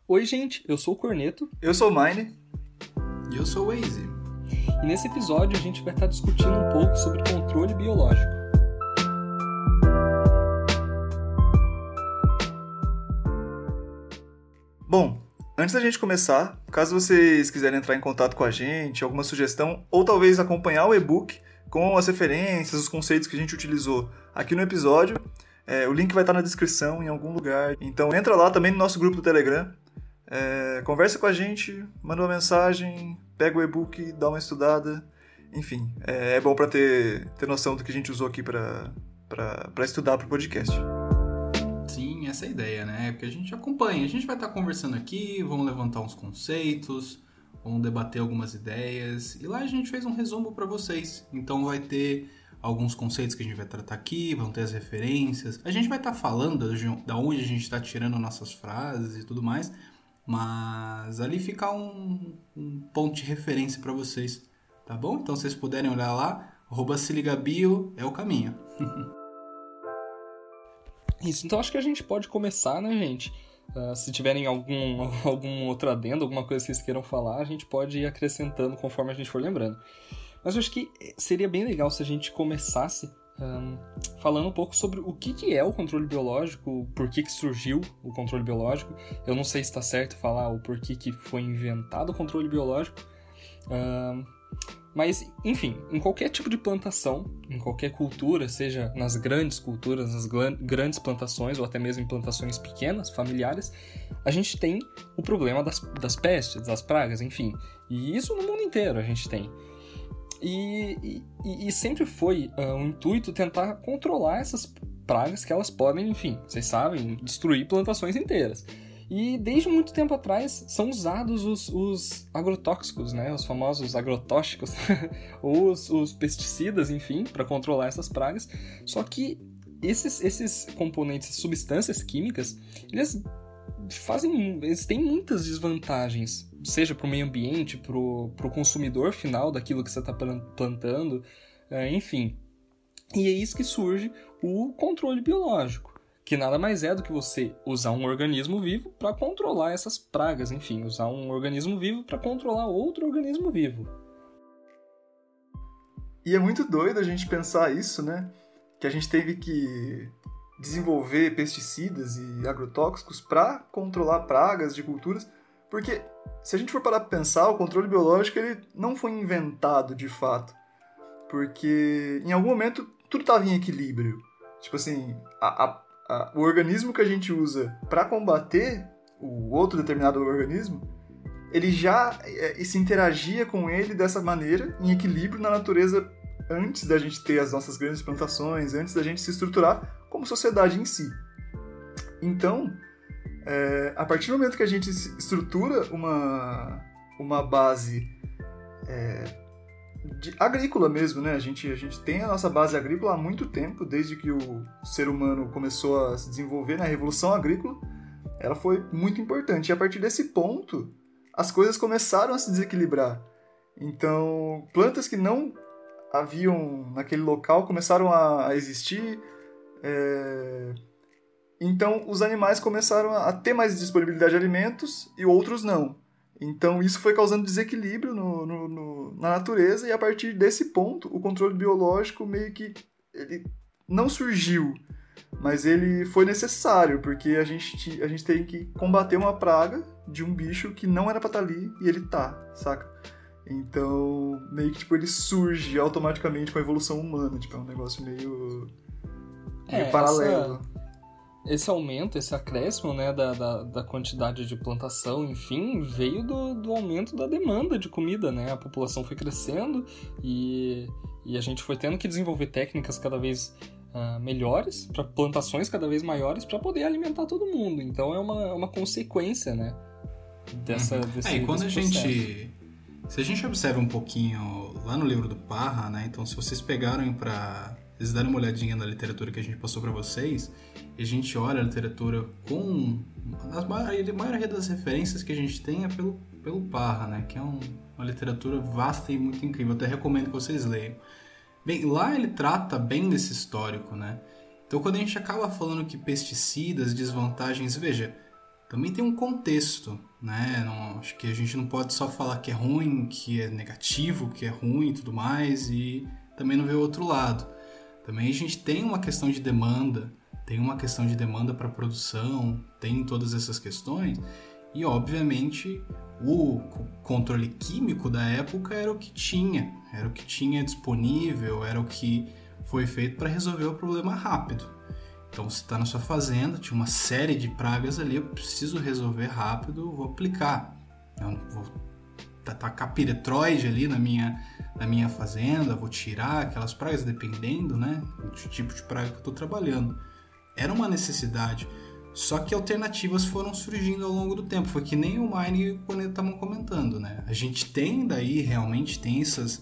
Oi, gente, eu sou o Corneto. Eu sou o Mine. E eu sou o Waze. E nesse episódio a gente vai estar discutindo um pouco sobre controle biológico. Bom, antes da gente começar, caso vocês quiserem entrar em contato com a gente, alguma sugestão, ou talvez acompanhar o e-book com as referências, os conceitos que a gente utilizou aqui no episódio, o link vai estar na descrição em algum lugar. Então entra lá também no nosso grupo do Telegram, conversa com a gente, manda uma mensagem, pega o e-book, dá uma estudada. Enfim, é bom para ter noção do que a gente usou aqui para estudar para o podcast. Sim, essa é a ideia, né? Porque a gente acompanha, a gente vai estar conversando aqui, vamos levantar uns conceitos, vamos debater algumas ideias, e lá a gente fez um resumo para vocês. Então vai ter alguns conceitos que a gente vai tratar aqui, vão ter as referências, a gente vai estar falando da onde a gente está tirando nossas frases e tudo mais, mas ali fica um ponto de referência para vocês, tá bom? Então se vocês puderem olhar lá, @seligabio é o caminho. Isso, então acho que a gente pode começar, né, gente? Se tiverem algum outro adendo, alguma coisa que vocês queiram falar, a gente pode ir acrescentando conforme a gente for lembrando. Mas eu acho que seria bem legal se a gente começasse falando um pouco sobre o que é o controle biológico, por que surgiu o controle biológico. Eu não sei se está certo falar o porquê que foi inventado o controle biológico, mas, enfim, em qualquer tipo de plantação, em qualquer cultura, seja nas grandes culturas, nas grandes plantações ou até mesmo em plantações pequenas, familiares, a gente tem o problema das pestes, das pragas, enfim. E isso no mundo inteiro a gente tem. E sempre foi um intuito tentar controlar essas pragas que elas podem, enfim, vocês sabem, destruir plantações inteiras. E desde muito tempo atrás são usados os agrotóxicos, né? Os famosos agrotóxicos, ou os pesticidas, enfim, para controlar essas pragas. Só que esses componentes, substâncias químicas, eles têm muitas desvantagens, seja para o meio ambiente, para o consumidor final daquilo que você está plantando, enfim. E é isso que surge o controle biológico, que nada mais é do que você usar um organismo vivo para controlar essas pragas, enfim, usar um organismo vivo para controlar outro organismo vivo. E é muito doido a gente pensar isso, né? Que a gente teve que desenvolver pesticidas e agrotóxicos para controlar pragas de culturas, porque se a gente for parar para pensar, o controle biológico ele não foi inventado de fato, porque em algum momento tudo estava em equilíbrio. Tipo assim, o organismo que a gente usa para combater o outro determinado organismo, ele já se interagia com ele dessa maneira, em equilíbrio na natureza, antes da gente ter as nossas grandes plantações, antes da gente se estruturar como sociedade em si. Então, a partir do momento que a gente estrutura uma base agrícola mesmo, né? A gente tem a nossa base agrícola há muito tempo, desde que o ser humano começou a se desenvolver na Revolução Agrícola, ela foi muito importante. E a partir desse ponto, as coisas começaram a se desequilibrar. Então, plantas que não haviam naquele local começaram a existir. Então, os animais começaram a ter mais disponibilidade de alimentos e outros não. Então, isso foi causando desequilíbrio na natureza, e a partir desse ponto, o controle biológico meio que ele não surgiu, mas ele foi necessário, porque a gente tem que combater uma praga de um bicho que não era pra estar ali, e ele tá, saca? Então, meio que ele surge automaticamente com a evolução humana, é um negócio meio paralelo. Esse aumento, esse acréscimo, né, da quantidade de plantação, enfim, veio do aumento da demanda de comida, né? A população foi crescendo e a gente foi tendo que desenvolver técnicas cada vez melhores, para plantações cada vez maiores, para poder alimentar todo mundo. Então é uma consequência, né, desse quando processo. Se a gente observa um pouquinho lá no livro do Parra, né? Então se vocês pegaram vocês darem uma olhadinha na literatura que a gente passou para vocês, e a gente olha a literatura com a maioria das referências que a gente tem é pelo Parra, né? Que é uma literatura vasta e muito incrível. Eu até recomendo que vocês leiam. Bem, lá ele trata bem desse histórico, né? Então quando a gente acaba falando que pesticidas, desvantagens, veja, também tem um contexto, né? Acho que a gente não pode só falar que é ruim, que é negativo, que é ruim e tudo mais, e também não ver o outro lado. Também a gente tem uma questão de demanda, para produção, tem todas essas questões, e obviamente o controle químico da época era o que tinha disponível, era o que foi feito para resolver o problema rápido. Então você está na sua fazenda, tinha uma série de pragas ali, eu preciso resolver rápido, vou aplicar. Eu não vou tacar piretroide ali na minha fazenda, vou tirar aquelas pragas, dependendo, né, do tipo de praga que eu estou trabalhando. Era uma necessidade, só que alternativas foram surgindo ao longo do tempo. Foi que nem o Mine e o Corneto estavam comentando, né? A gente realmente tem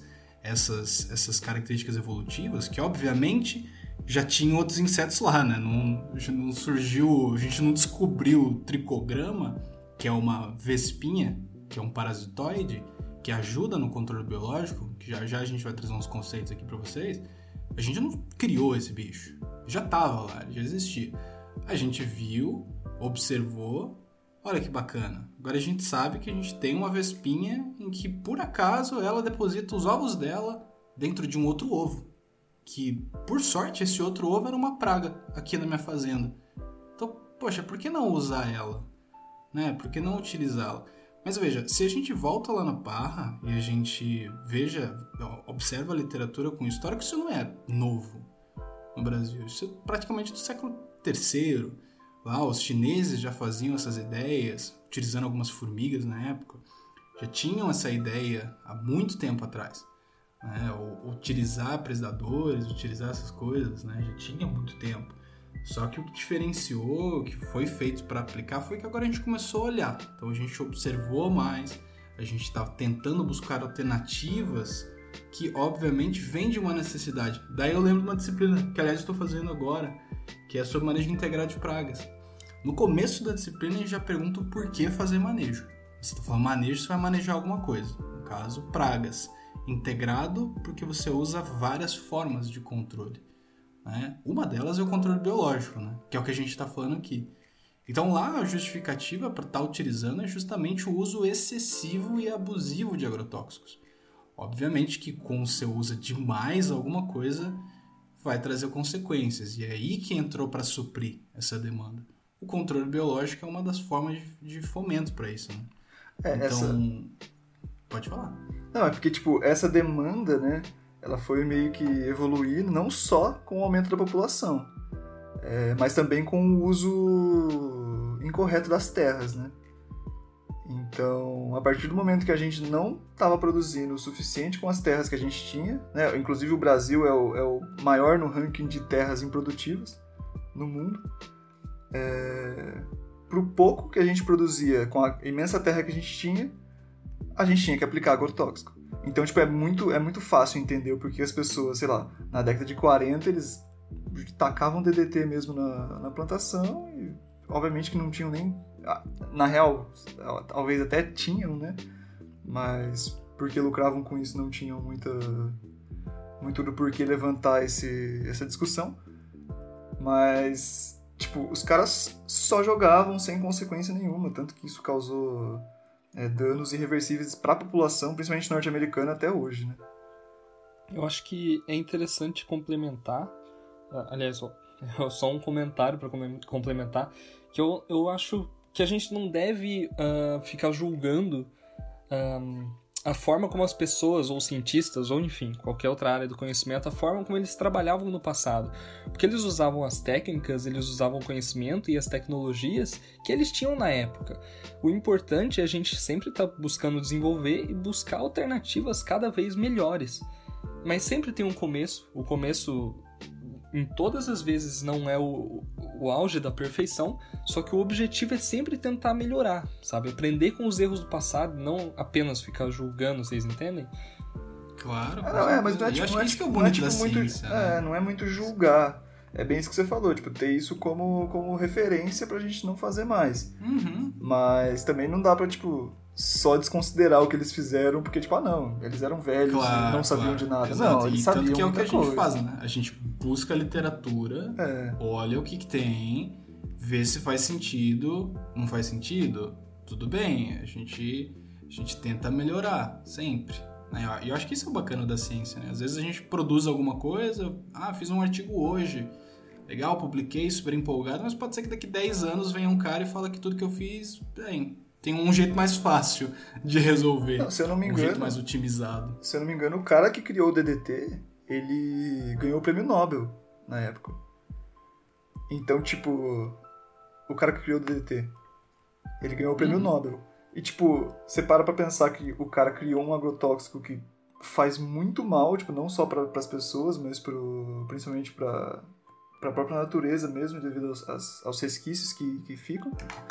essas características evolutivas que, obviamente, já tinha outros insetos lá, né? Não surgiu, a gente não descobriu o tricograma, que é uma vespinha, que é um parasitoide, que ajuda no controle biológico, que já a gente vai trazer uns conceitos aqui para vocês. A gente não criou esse bicho, já estava lá, já existia. A gente viu, observou, olha que bacana. Agora a gente sabe que a gente tem uma vespinha em que, por acaso, ela deposita os ovos dela dentro de um outro ovo. Que, por sorte, esse outro ovo era uma praga aqui na minha fazenda. Então, poxa, por que não usar ela? Né? Por que não utilizá-la? Mas veja, se a gente volta lá na Parra e a gente observa a literatura com história, que isso não é novo no Brasil. Isso é praticamente do século III. Lá os chineses já faziam essas ideias, utilizando algumas formigas na época. Já tinham essa ideia há muito tempo atrás. Né? Utilizar predadores, utilizar essas coisas, né? Já tinha muito tempo. Só que o que diferenciou, o que foi feito para aplicar, foi que agora a gente começou a olhar. Então a gente observou mais, a gente estava tentando buscar alternativas que obviamente vem de uma necessidade. Daí eu lembro de uma disciplina, que aliás estou fazendo agora, que é sobre manejo integrado de pragas. No começo da disciplina a gente já pergunta o porquê fazer manejo. Você está falando manejo, você vai manejar alguma coisa. No caso, pragas. Integrado porque você usa várias formas de controle. Né? Uma delas é o controle biológico, né? Que é o que a gente está falando aqui. Então lá a justificativa para estar utilizando é justamente o uso excessivo e abusivo de agrotóxicos. Obviamente que quando você usa demais alguma coisa, vai trazer consequências. E é aí que entrou para suprir essa demanda. O controle biológico é uma das formas de fomento para isso. Né? Então, pode falar. Não, é porque, essa demanda, né, ela foi meio que evoluindo, não só com o aumento da população, mas também com o uso incorreto das terras, né? Então, a partir do momento que a gente não estava produzindo o suficiente com as terras que a gente tinha, né, inclusive o Brasil é o maior no ranking de terras improdutivas no mundo, para o pouco que a gente produzia com a imensa terra que a gente tinha que aplicar agrotóxico. Então, é muito fácil entender o porquê as pessoas, sei lá, na década de 40, eles tacavam DDT mesmo na plantação e, obviamente, que não tinham nem... Na real, talvez até tinham, né? Mas porque lucravam com isso, não tinham muito do porquê levantar essa discussão. Mas, os caras só jogavam sem consequência nenhuma, tanto que isso causou danos irreversíveis para a população, principalmente norte-americana, até hoje, né? Eu acho que é interessante complementar, aliás, só um comentário para complementar, que eu acho que a gente não deve ficar julgando a forma como as pessoas, ou cientistas, ou enfim, qualquer outra área do conhecimento, a forma como eles trabalhavam no passado. Porque eles usavam as técnicas, eles usavam o conhecimento e as tecnologias que eles tinham na época. O importante é a gente sempre estar buscando desenvolver e buscar alternativas cada vez melhores. Mas sempre tem um começo. O começo, em todas as vezes, não é o auge da perfeição, só que o objetivo é sempre tentar melhorar, sabe? Aprender com os erros do passado, não apenas ficar julgando, vocês entendem? Claro. Mas não é muito julgar. É bem isso que você falou, ter isso como referência pra gente não fazer mais. Uhum. Mas também não dá pra, só desconsiderar o que eles fizeram, porque, não, eles eram velhos e não sabiam de nada. Exato. Não, eles sabiam tanto que é o que a coisa. gente faz, né? A gente busca a literatura, olha o que tem, vê se faz sentido. Não faz sentido? Tudo bem, a gente tenta melhorar, sempre. Né? E eu acho que isso é o bacana da ciência, né? Às vezes a gente produz alguma coisa, fiz um artigo hoje, legal, publiquei, super empolgado, mas pode ser que daqui 10 anos venha um cara e fala que tudo que eu fiz, bem, tem um jeito mais fácil de resolver. Não, se eu não me engano, um jeito mais otimizado. Se eu não me engano, o cara que criou o DDT, ele ganhou o prêmio Nobel na época. Então, tipo, o cara que criou o DDT, ele ganhou o prêmio Nobel. E, tipo, você para pra pensar que o cara criou um agrotóxico que faz muito mal, tipo, não só pras pessoas, mas principalmente pra própria natureza mesmo, devido aos resquícios que ficam.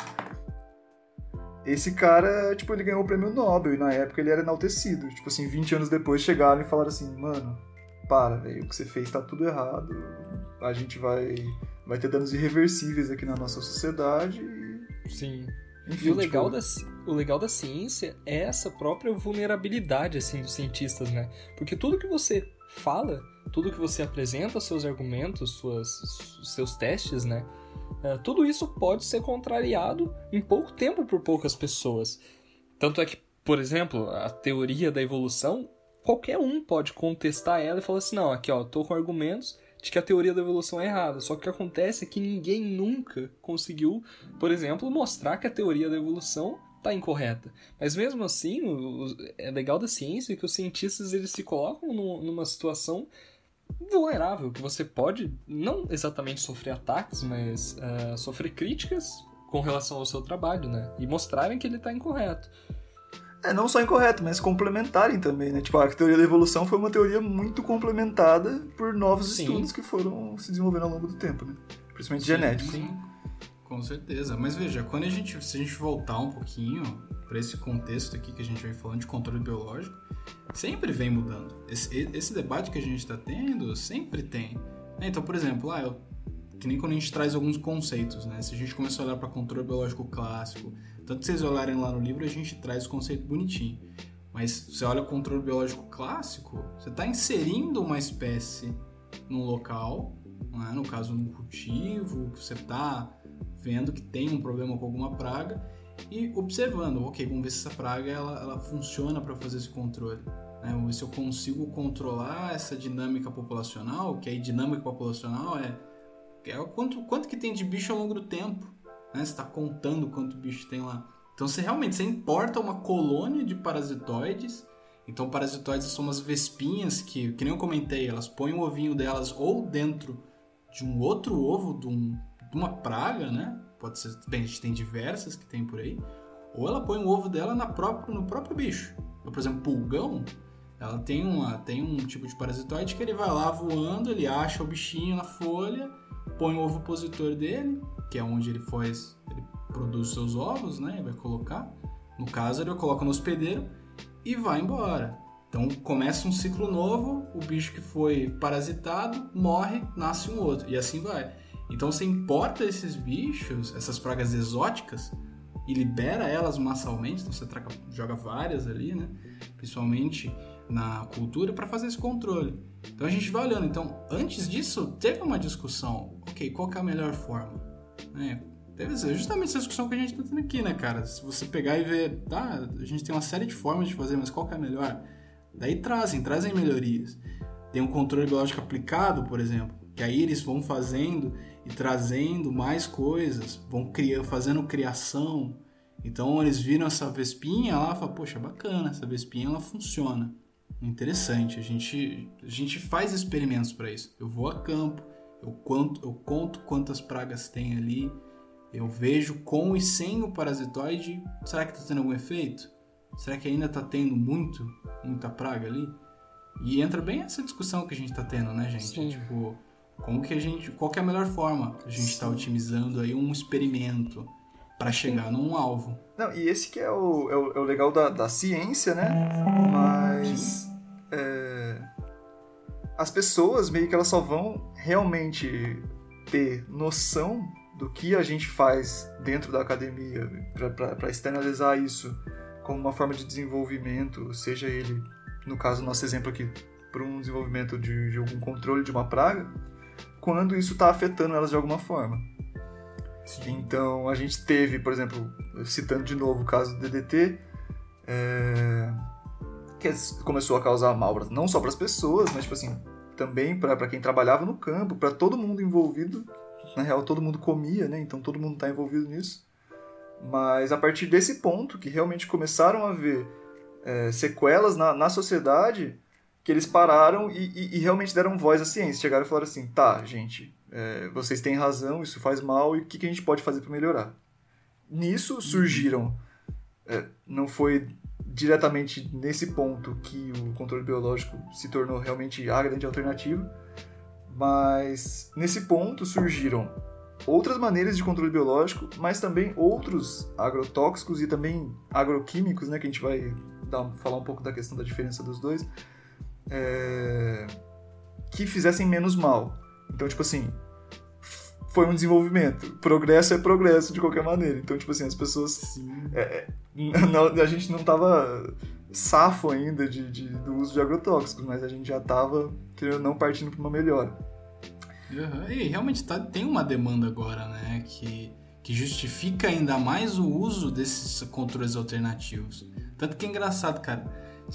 Esse cara, tipo, ele ganhou o prêmio Nobel e na época ele era enaltecido. Tipo assim, 20 anos depois chegaram e falaram assim, mano, para, velho, o que você fez tá tudo errado, a gente vai ter danos irreversíveis aqui na nossa sociedade. Sim. Enfim, E o legal da ciência é essa própria vulnerabilidade, assim, dos cientistas, né? Porque tudo que você fala, tudo que você apresenta, seus argumentos, seus testes, né? Tudo isso pode ser contrariado em pouco tempo por poucas pessoas. Tanto é que, por exemplo, a teoria da evolução, qualquer um pode contestar ela e falar assim, não, aqui ó, tô com argumentos de que a teoria da evolução é errada. Só que o que acontece é que ninguém nunca conseguiu, por exemplo, mostrar que a teoria da evolução está incorreta. Mas mesmo assim, é legal da ciência que os cientistas eles se colocam numa situação vulnerável, que você pode não exatamente sofrer ataques, mas sofrer críticas com relação ao seu trabalho, né? E mostrarem que ele está incorreto. Não só incorreto, mas complementarem também, né? Tipo, a teoria da evolução foi uma teoria muito complementada por novos estudos que foram se desenvolvendo ao longo do tempo, né? Principalmente genéticos. Sim, com certeza. Mas veja, se a gente voltar um pouquinho para esse contexto aqui que a gente vem falando de controle biológico, sempre vem mudando. Esse debate que a gente está tendo sempre tem. Então, por exemplo, que nem quando a gente traz alguns conceitos, né? Se a gente começar a olhar para controle biológico clássico, tanto que vocês olharem lá no livro, a gente traz o conceito bonitinho. Mas você olha o controle biológico clássico, você está inserindo uma espécie num local, né? No caso num cultivo, que você está vendo que tem um problema com alguma praga e observando, ok, vamos ver se essa praga ela funciona para fazer esse controle. Né? Vamos ver se eu consigo controlar essa dinâmica populacional, que aí dinâmica populacional é quanto que tem de bicho ao longo do tempo. Né? Você está contando quanto bicho tem lá. Então, você importa uma colônia de parasitoides. Então, parasitoides são umas vespinhas que nem eu comentei, elas põem o ovinho delas ou dentro de um outro ovo de uma praga, né? Pode ser, bem, a gente tem diversas que tem por aí. Ou ela põe o ovo dela no próprio bicho. Então, por exemplo, pulgão, ela tem um tipo de parasitoide que ele vai lá voando, ele acha o bichinho na folha, põe o ovipositor dele, que é onde ele produz seus ovos, né? Ele vai colocar. No caso, ele coloca no hospedeiro e vai embora. Então, começa um ciclo novo, o bicho que foi parasitado morre, nasce um outro, e assim vai. Então, você importa esses bichos, essas pragas exóticas, e libera elas massalmente, então você joga várias ali, né? Principalmente na cultura, para fazer esse controle. Então, a gente vai olhando. Então, antes disso, teve uma discussão. Ok, qual que é a melhor forma? Deve ser justamente essa discussão que a gente está tendo aqui, né, cara? Se você pegar e ver, a gente tem uma série de formas de fazer, mas qual que é a melhor? Daí trazem melhorias. Tem um controle biológico aplicado, por exemplo, que aí eles vão fazendo e trazendo mais coisas, vão fazendo criação. Então eles viram essa vespinha lá e falam, poxa, bacana, essa vespinha ela funciona. Interessante, a gente faz experimentos para isso. Eu vou a campo, eu conto quantas pragas tem ali, eu vejo com e sem o parasitoide, será que está tendo algum efeito? Será que ainda está tendo muita praga ali? E entra bem essa discussão que a gente está tendo, né, gente? Sim. Tipo, qual que é a melhor forma a gente está otimizando aí um experimento para chegar num alvo? Não, e esse que é o legal da ciência, né? Mas as pessoas meio que elas só vão realmente ter noção do que a gente faz dentro da academia para externalizar isso como uma forma de desenvolvimento, seja ele, no caso, nosso exemplo aqui, por um desenvolvimento de algum controle de uma praga, quando isso está afetando elas de alguma forma. Sim. Então, a gente teve, por exemplo, citando de novo o caso do DDT, que começou a causar mal não só para as pessoas, mas tipo assim, também para quem trabalhava no campo, para todo mundo envolvido. Na real, todo mundo comia, né? Então todo mundo está envolvido nisso. Mas a partir desse ponto, que realmente começaram a ver sequelas na sociedade, que eles pararam e realmente deram voz à ciência. Chegaram e falaram assim, tá, gente, vocês têm razão, isso faz mal, e o que a gente pode fazer para melhorar? Nisso surgiram, não foi diretamente nesse ponto que o controle biológico se tornou realmente a grande alternativa, mas nesse ponto surgiram outras maneiras de controle biológico, mas também outros agrotóxicos e também agroquímicos, né, que a gente vai falar um pouco da questão da diferença dos dois, que fizessem menos mal. Então, tipo assim, foi um desenvolvimento. Progresso é progresso de qualquer maneira. Então, tipo assim, as pessoas... a gente não tava safo ainda do uso de agrotóxicos, mas a gente já tava, querendo ou não, partindo para uma melhora. Uhum. E realmente tem uma demanda agora, né, que justifica ainda mais o uso desses controles alternativos. Tanto que é engraçado, cara.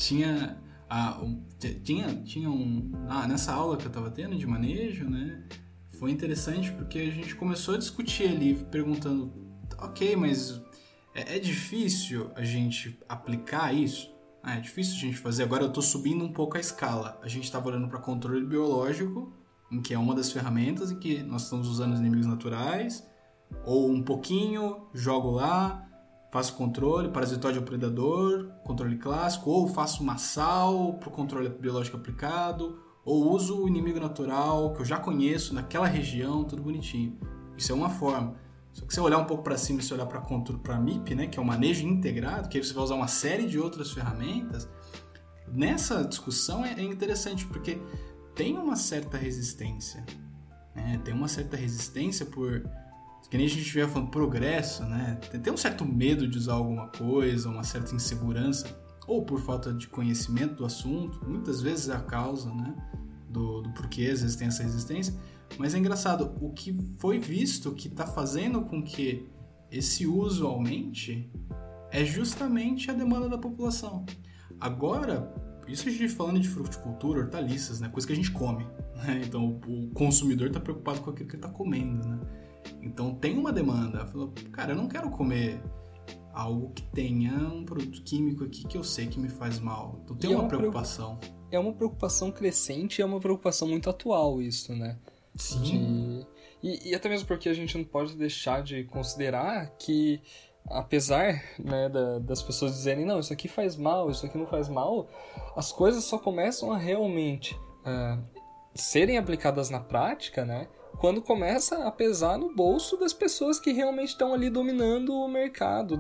Nessa aula que eu tava tendo de manejo, né, foi interessante porque a gente começou a discutir ali, perguntando, ok, mas é difícil a gente aplicar isso? É difícil a gente fazer. Agora eu tô subindo um pouco a escala. A gente tava olhando para controle biológico, em que é uma das ferramentas em que nós estamos usando os inimigos naturais, ou um pouquinho, jogo lá, faço controle, parasitóide ao predador, controle clássico, ou faço massal para o controle biológico aplicado, ou uso o inimigo natural que eu já conheço naquela região, tudo bonitinho. Isso é uma forma. Só que se você olhar um pouco para cima e se olhar para MIP, né, que é o manejo integrado, que aí você vai usar uma série de outras ferramentas, nessa discussão é interessante, porque tem uma certa resistência, né? Tem uma certa resistência por, que nem a gente estiver falando, progresso, né? Tem um certo medo de usar alguma coisa, uma certa insegurança, ou por falta de conhecimento do assunto, muitas vezes é a causa, né, do porquê às vezes tem essa resistência. Mas é engraçado, o que foi visto que está fazendo com que esse uso aumente é justamente a demanda da população. Agora, isso a gente falando de fruticultura, hortaliças, né? Coisa que a gente come, né? Então o consumidor está preocupado com aquilo que ele está comendo, né? Então tem uma demanda. Falou, cara, eu não quero comer algo que tenha um produto químico aqui que eu sei que me faz mal. Então tem uma preocupação. É uma preocupação crescente e é uma preocupação muito atual isso, né? Sim. E até mesmo porque a gente não pode deixar de considerar que, apesar, né, das pessoas dizerem, não, isso aqui faz mal, isso aqui não faz mal, as coisas só começam a realmente serem aplicadas na prática, né, quando começa a pesar no bolso das pessoas que realmente estão ali dominando o mercado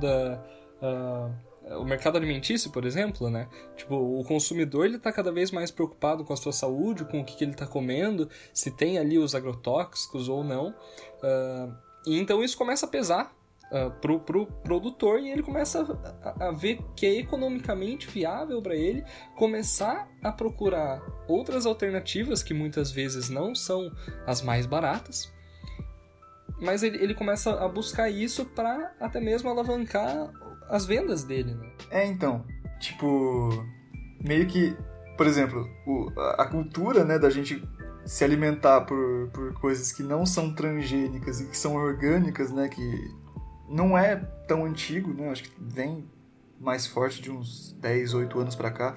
o mercado alimentício, por exemplo, né? Tipo, o consumidor, ele tá cada vez mais preocupado com a sua saúde, com o que ele tá comendo, se tem ali os agrotóxicos ou não. E então isso começa a pesar pro produtor e ele começa a ver que é economicamente viável para ele começar a procurar outras alternativas que muitas vezes não são as mais baratas, mas ele começa a buscar isso para até mesmo alavancar as vendas dele, né? Então, tipo, meio que, por exemplo, a cultura, né, da gente se alimentar por coisas que não são transgênicas e que são orgânicas, né, que não é tão antigo, né, acho que vem mais forte de uns 10, 8 anos pra cá,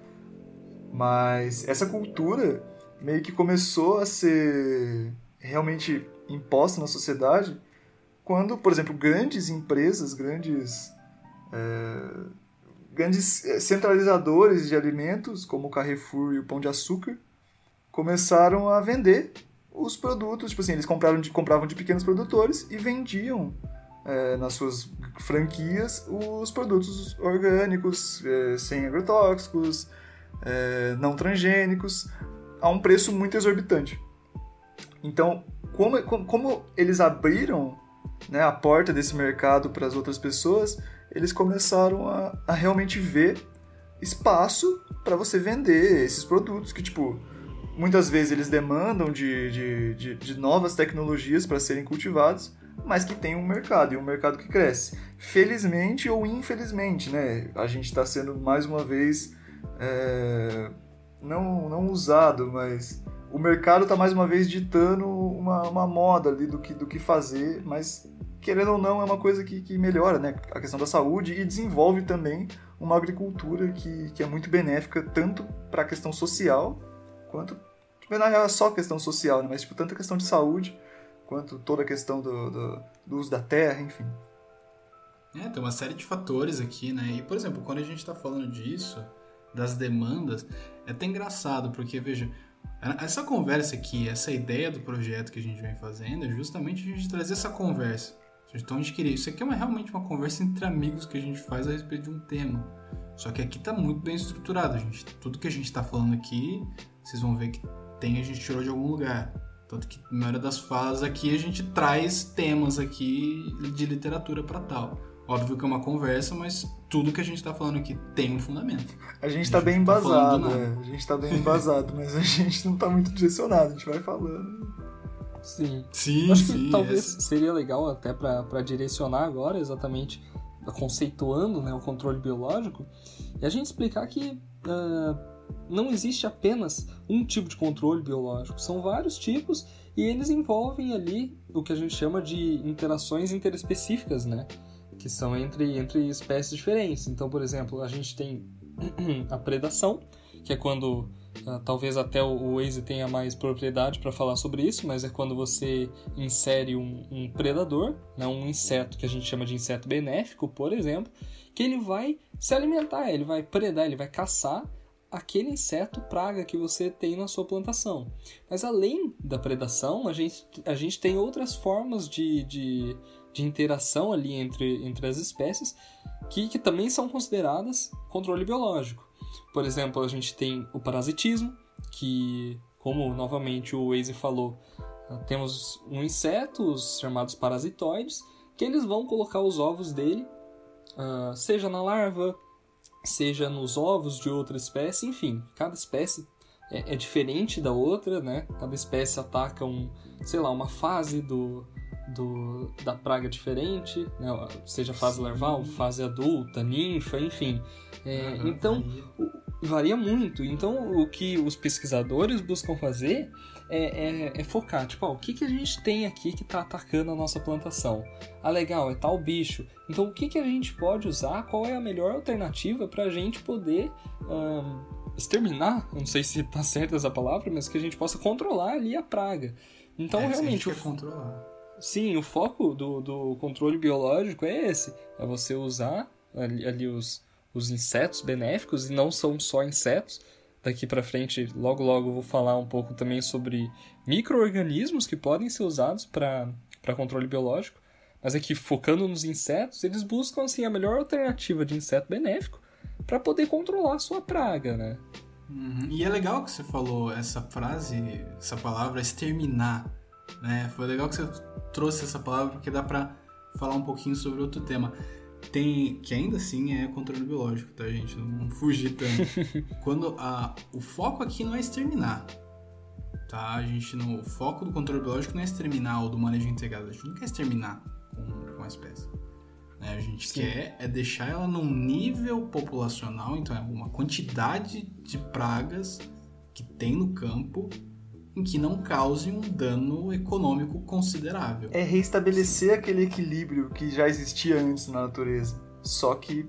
mas essa cultura meio que começou a ser realmente imposta na sociedade quando, por exemplo, grandes empresas, grandes centralizadores de alimentos, como o Carrefour e o Pão de Açúcar, começaram a vender os produtos. Tipo assim, eles compravam de pequenos produtores e vendiam nas suas franquias os produtos orgânicos, sem agrotóxicos, não transgênicos, a um preço muito exorbitante. Então, como eles abriram, né, a porta desse mercado para as outras pessoas, eles começaram a realmente ver espaço para você vender esses produtos que, tipo, muitas vezes eles demandam de novas tecnologias para serem cultivados, mas que tem um mercado, e um mercado que cresce. Felizmente ou infelizmente, né? A gente está sendo, mais uma vez, não usado, mas o mercado está, mais uma vez, ditando uma moda ali do que fazer, mas, querendo ou não, é uma coisa que melhora, né? A questão da saúde, e desenvolve também uma agricultura que é muito benéfica, tanto para a questão social, quanto, na real, é só questão social, né? Mas tipo, tanto a questão de saúde, quanto toda a questão do uso da terra, enfim. Tem uma série de fatores aqui, né? E, por exemplo, quando a gente está falando disso, das demandas, é até engraçado, porque, veja, essa conversa aqui, essa ideia do projeto que a gente vem fazendo, é justamente a gente trazer essa conversa. Então a gente queria, isso aqui é realmente uma conversa entre amigos que a gente faz a respeito de um tema. Só que aqui tá muito bem estruturado, gente. Tudo que a gente tá falando aqui, vocês vão ver que a gente tirou de algum lugar. Tanto que na maioria das falas aqui a gente traz temas aqui de literatura para tal. Óbvio que é uma conversa, mas tudo que a gente tá falando aqui tem um fundamento. A gente tá bem embasado, a gente tá bem embasado, mas a gente não tá muito direcionado, a gente vai falando. Sim. Acho que talvez seria legal até para direcionar agora, exatamente, conceituando, né, o controle biológico, e a gente explicar que não existe apenas um tipo de controle biológico, são vários tipos e eles envolvem ali o que a gente chama de interações interespecíficas, né, que são entre espécies diferentes. Então, por exemplo, a gente tem a predação, que é quando... talvez até o Waze tenha mais propriedade para falar sobre isso, mas é quando você insere um predador, né, um inseto que a gente chama de inseto benéfico, por exemplo, que ele vai se alimentar, ele vai predar, ele vai caçar aquele inseto praga que você tem na sua plantação. Mas além da predação, a gente tem outras formas de interação ali entre as espécies que também são consideradas controle biológico. Por exemplo, a gente tem o parasitismo, que, como novamente o Waze falou, temos insetos chamados parasitoides, que eles vão colocar os ovos dele, seja na larva, seja nos ovos de outra espécie, enfim, cada espécie é diferente da outra, né? Cada espécie ataca uma fase da praga diferente, né? Seja fase larval, fase adulta, ninfa, enfim. Então, varia muito. Então, o que os pesquisadores buscam fazer é focar, tipo, o que a gente tem aqui que está atacando a nossa plantação? Legal, é tal bicho. Então, o que a gente pode usar? Qual é a melhor alternativa para a gente poder exterminar? Eu não sei se está certa essa palavra, mas que a gente possa controlar ali a praga. Então, realmente... controlar. Sim, o foco do controle biológico é esse. É você usar ali os insetos benéficos, e não são só insetos. Daqui para frente, logo eu vou falar um pouco também sobre micro-organismos que podem ser usados para controle biológico. Mas aqui, focando nos insetos, eles buscam assim, a melhor alternativa de inseto benéfico para poder controlar a sua praga, né? E é legal que você falou essa frase, essa palavra, exterminar. Né? Foi legal que você trouxe essa palavra, porque dá pra falar um pouquinho sobre outro tema. Que ainda assim é controle biológico, tá, gente? Não fugir tanto. Quando o foco aqui não é exterminar, tá? O foco do controle biológico não é exterminar ou do manejo integrado. A gente não quer exterminar com a espécie. Né? A gente quer deixar ela num nível populacional, então é uma quantidade de pragas que tem no campo em que não cause um dano econômico considerável. É reestabelecer aquele equilíbrio que já existia antes na natureza, só que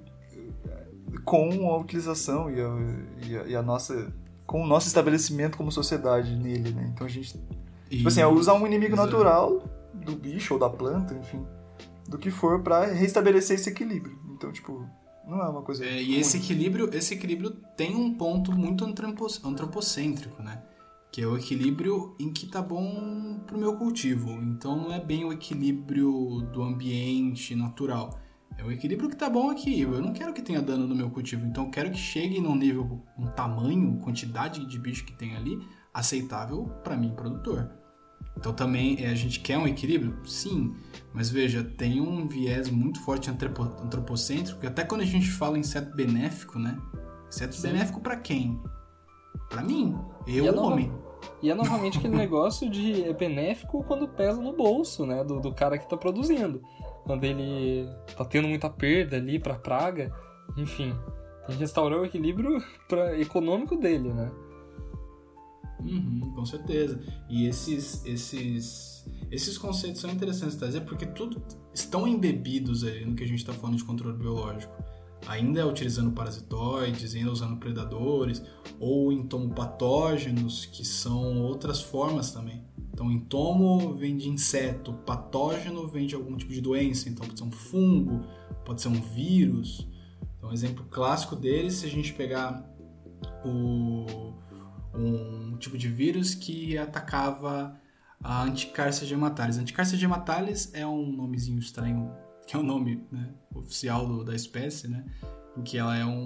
com a utilização e a nossa, com o nosso estabelecimento como sociedade nele, né? Então a gente, tipo assim, usar um inimigo natural do bicho ou da planta, enfim, do que for para reestabelecer esse equilíbrio. Então, tipo, não é uma coisa e esse equilíbrio tem um ponto muito antropocêntrico, né? Que é o equilíbrio em que tá bom pro meu cultivo. Então não é bem o equilíbrio do ambiente natural. É o equilíbrio que tá bom aqui. Eu não quero que tenha dano no meu cultivo. Então eu quero que chegue num nível, um tamanho, quantidade de bicho que tem ali, aceitável para mim, produtor. Então também a gente quer um equilíbrio? Sim. Mas veja, tem um viés muito forte antropocêntrico, que até quando a gente fala em inseto benéfico, né? Inseto benéfico para quem? Pra mim, homem. E é novamente aquele negócio de é benéfico quando pesa no bolso, né, do cara que tá produzindo. Quando ele tá tendo muita perda ali pra praga, enfim, tem que restaurar o equilíbrio econômico dele, né? Com certeza. E esses conceitos são interessantes de trazer porque tudo estão embebidos aí no que a gente está falando de controle biológico. Ainda utilizando parasitoides, ainda usando predadores, ou entomopatógenos, que são outras formas também. Então, entomo vem de inseto, patógeno vem de algum tipo de doença, então pode ser um fungo, pode ser um vírus. Então, um exemplo clássico deles, se a gente pegar um tipo de vírus que atacava a Anticarcia gematalis. Anticarcia gematalis é um nomezinho estranho, que é o nome, né, oficial da espécie, né, em que ela é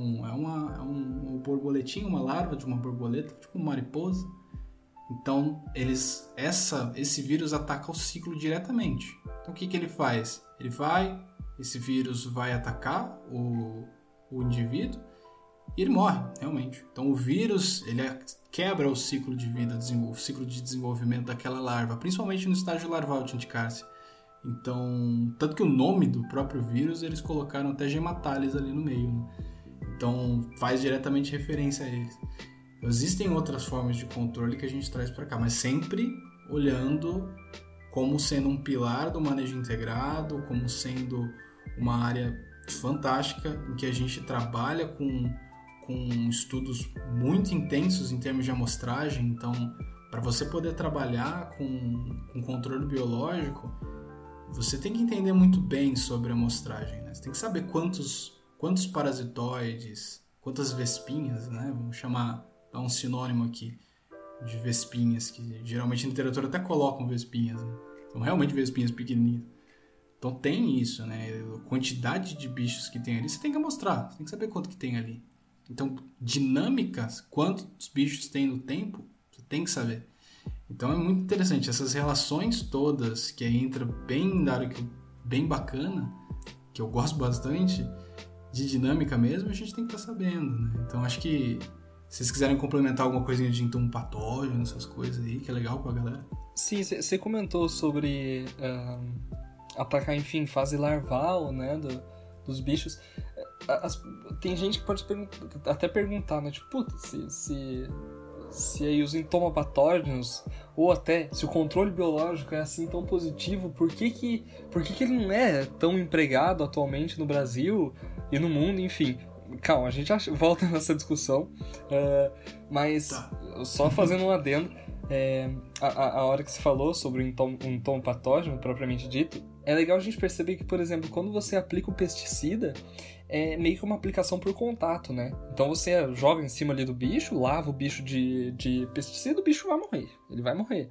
um borboletinho, uma larva de uma borboleta, tipo uma mariposa. Então, esse vírus ataca o ciclo diretamente. Então, o que ele faz? Esse vírus vai atacar o indivíduo e ele morre, realmente. Então, o vírus, ele quebra o ciclo de vida, o ciclo de desenvolvimento daquela larva, principalmente no estágio larval de Anticarcia. Então, tanto que o nome do próprio vírus, eles colocaram até gematalis ali no meio, né? Então, faz diretamente referência a eles. Existem outras formas de controle que a gente traz para cá, mas sempre olhando como sendo um pilar do manejo integrado, como sendo uma área fantástica em que a gente trabalha com estudos muito intensos em termos de amostragem. Então, para você poder trabalhar com controle biológico, você tem que entender muito bem sobre a amostragem, né? Você tem que saber quantos parasitoides, quantas vespinhas, né? Vamos dar um sinônimo aqui de vespinhas, que geralmente na literatura até colocam vespinhas, né? São realmente vespinhas pequenininhas. Então tem isso, né? A quantidade de bichos que tem ali, você tem que mostrar, você tem que saber quanto que tem ali. Então, dinâmicas, quantos bichos tem no tempo, você tem que saber. Então é muito interessante, essas relações todas que entra bem da área bem bacana, que eu gosto bastante, de dinâmica mesmo, a gente tem que estar sabendo, né? Então acho que se vocês quiserem complementar alguma coisinha de entomopatógeno, essas coisas aí, que é legal pra galera. Sim, você comentou sobre atacar, enfim, fase larval, né, dos bichos. Tem gente que pode até perguntar, né, tipo, puta, se aí os entomopatógenos, ou até se o controle biológico é assim tão positivo, por que ele não é tão empregado atualmente no Brasil e no mundo, enfim. Calma, a gente volta nessa discussão, mas só fazendo um adendo, a hora que você falou sobre o entomopatógeno propriamente dito, é legal a gente perceber que, por exemplo, quando você aplica o pesticida, é meio que uma aplicação por contato, né? Então você joga em cima ali do bicho, lava o bicho de pesticida, o bicho vai morrer. Ele vai morrer.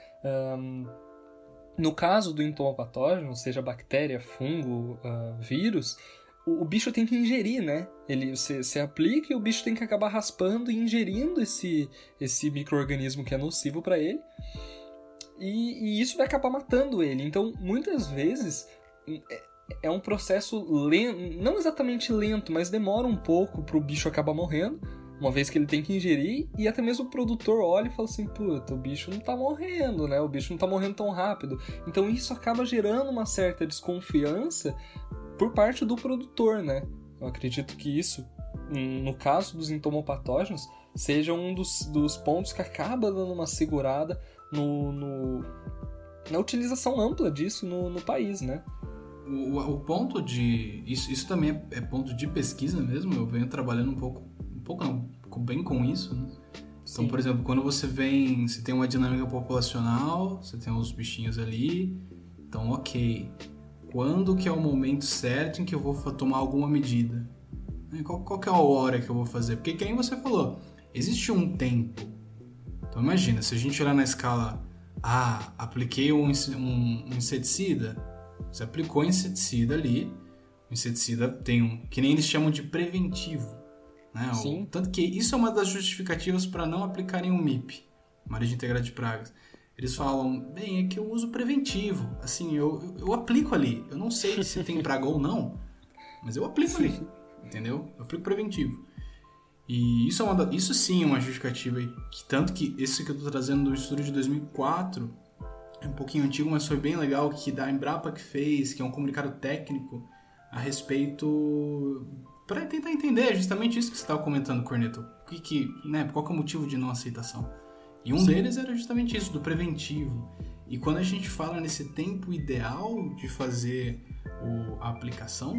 No caso do entomopatógeno, seja bactéria, fungo, vírus, o bicho tem que ingerir, né? Você aplica e o bicho tem que acabar raspando e ingerindo esse micro-organismo que é nocivo para ele. E isso vai acabar matando ele. Então, muitas vezes, é um processo lento, não exatamente lento, mas demora um pouco pro bicho acabar morrendo, uma vez que ele tem que ingerir, e até mesmo o produtor olha e fala assim, puta, o bicho não tá morrendo, né? O bicho não tá morrendo tão rápido. Então isso acaba gerando uma certa desconfiança por parte do produtor, né? Eu acredito que isso, no caso dos entomopatógenos, seja um dos pontos que acaba dando uma segurada na utilização ampla disso no país, né? O ponto de... Isso também é ponto de pesquisa mesmo. Eu venho trabalhando um pouco não, bem com isso, né? Então, por exemplo, quando você tem uma dinâmica populacional, você tem os bichinhos ali, então, ok. Quando que é o momento certo em que eu vou tomar alguma medida? Qual que é a hora que eu vou fazer? Porque, que nem você falou, existe um tempo. Então, imagina, se a gente olhar na escala, apliquei um inseticida, você aplicou inseticida ali, o inseticida tem que nem eles chamam de preventivo, né? Sim. Tanto que isso é uma das justificativas para não aplicarem um MIP, manejo integrado de pragas. Eles falam, bem, é que eu uso preventivo, assim, eu aplico ali, eu não sei se tem praga ou não, mas eu aplico ali, entendeu? Eu aplico preventivo. E isso sim é uma justificativa, tanto que esse que eu tô trazendo do estudo de 2004 é um pouquinho antigo, mas foi bem legal, que da Embrapa que fez, que é um comunicado técnico a respeito, para tentar entender justamente isso que você estava comentando, Corneto, qual que é o motivo de não aceitação. E um deles era justamente isso, do preventivo. E quando a gente fala nesse tempo ideal de fazer a aplicação,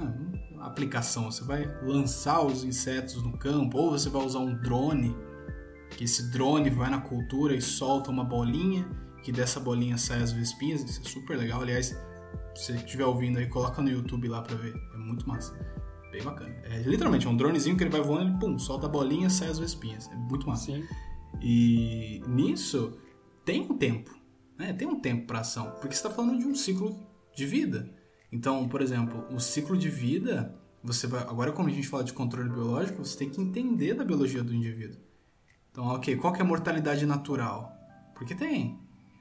você vai lançar os insetos no campo, ou você vai usar um drone, que esse drone vai na cultura e solta uma bolinha, que dessa bolinha sai as vespinhas. Isso é super legal. Aliás, se você estiver ouvindo aí, coloca no YouTube lá pra ver, é muito massa, bem bacana. É literalmente um dronezinho que ele vai voando, ele pum, solta a bolinha, sai as vespinhas, é muito massa. Sim. E nisso tem um tempo, né? Tem um tempo para ação, porque você está falando de um ciclo de vida. Então, por exemplo, o ciclo de vida, agora como a gente fala de controle biológico, você tem que entender da biologia do indivíduo. Então, ok, qual que é a mortalidade natural? Porque tem.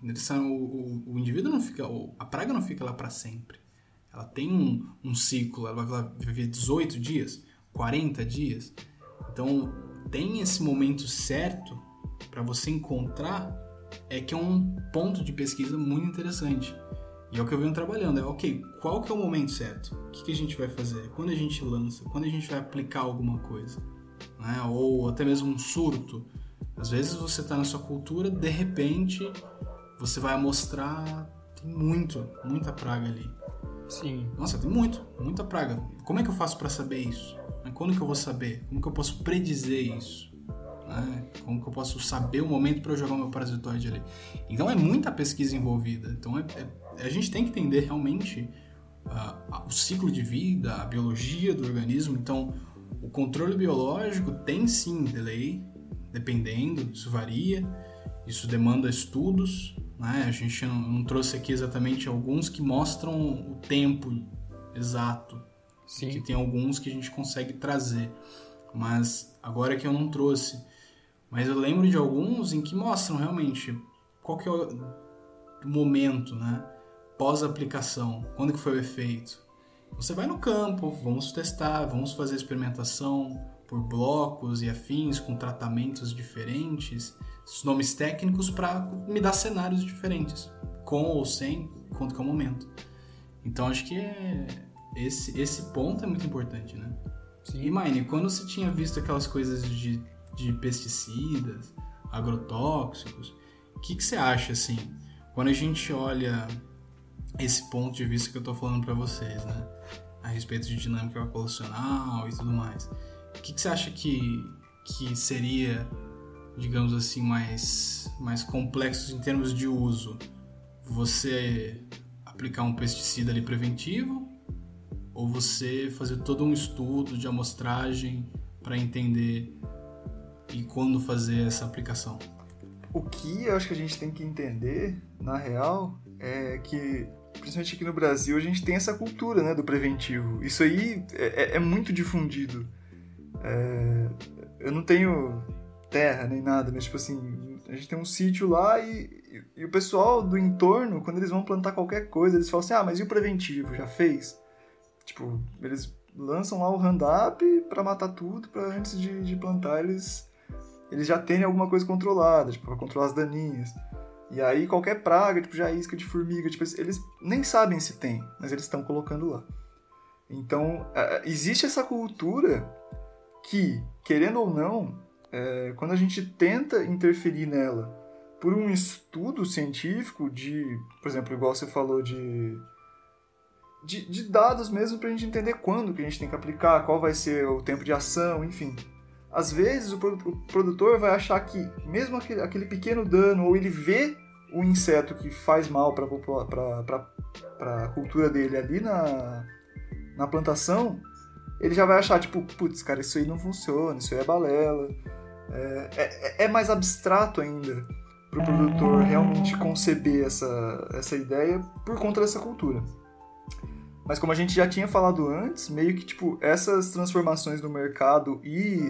O indivíduo não fica, a praga não fica lá para sempre. Ela tem um ciclo, ela vai viver 18 dias, 40 dias. Então, tem esse momento certo para você encontrar, que é um ponto de pesquisa muito interessante. E é o que eu venho trabalhando, qual que é o momento certo? O que a gente vai fazer? Quando a gente lança? Quando a gente vai aplicar alguma coisa? Né? Ou até mesmo um surto. Às vezes você está na sua cultura, de repente você vai mostrar, tem muita praga ali. Sim. Nossa, tem muita praga. Como é que eu faço para saber isso? Quando que eu vou saber? Como que eu posso predizer isso? Como que eu posso saber o momento para eu jogar o meu parasitoide ali? Então é muita pesquisa envolvida. Então a gente tem que entender realmente o ciclo de vida, a biologia do organismo. Então o controle biológico tem sim delay, dependendo, isso varia, isso demanda estudos. A gente não trouxe aqui exatamente alguns que mostram o tempo exato. Sim. Que tem alguns que a gente consegue trazer, mas agora que eu não trouxe. Mas eu lembro de alguns em que mostram realmente qual que é o momento, né? Pós-aplicação, quando que foi o efeito. Você vai no campo, vamos testar, vamos fazer experimentação por blocos e afins, com tratamentos diferentes, os nomes técnicos para me dar cenários diferentes, com ou sem, quanto que é o momento. Então acho que esse ponto é muito importante, né? Sim. E, Maine, quando você tinha visto aquelas coisas de pesticidas, agrotóxicos, o que você acha, assim, quando a gente olha esse ponto de vista que eu tô falando para vocês, né? A respeito de dinâmica populacional e tudo mais. O que você acha que seria, digamos assim, mais complexo em termos de uso? Você aplicar um pesticida ali preventivo, ou você fazer todo um estudo de amostragem para entender e quando fazer essa aplicação? O que eu acho que a gente tem que entender, na real, é que, principalmente aqui no Brasil, a gente tem essa cultura, né, do preventivo. Isso aí é muito difundido. Eu não tenho terra nem nada, mas tipo assim, a gente tem um sítio lá e o pessoal do entorno, quando eles vão plantar qualquer coisa, eles falam assim, mas e o preventivo, já fez? Tipo, eles lançam lá o Roundup pra matar tudo, pra antes de plantar eles já terem alguma coisa controlada, tipo, pra controlar as daninhas. E aí qualquer praga, tipo, já isca de formiga, tipo, eles nem sabem se tem, mas eles estão colocando lá. Então, existe essa cultura que, querendo ou não, quando a gente tenta interferir nela por um estudo científico por exemplo, igual você falou de dados mesmo pra gente entender quando que a gente tem que aplicar, qual vai ser o tempo de ação, enfim. Às vezes o produtor vai achar que mesmo aquele pequeno dano, ou ele vê o inseto que faz mal para a cultura dele ali na plantação, ele já vai achar, tipo, putz, cara, isso aí não funciona, isso aí é balela. É mais abstrato ainda para o produtor realmente conceber essa ideia por conta dessa cultura. Mas como a gente já tinha falado antes, meio que tipo, essas transformações no mercado e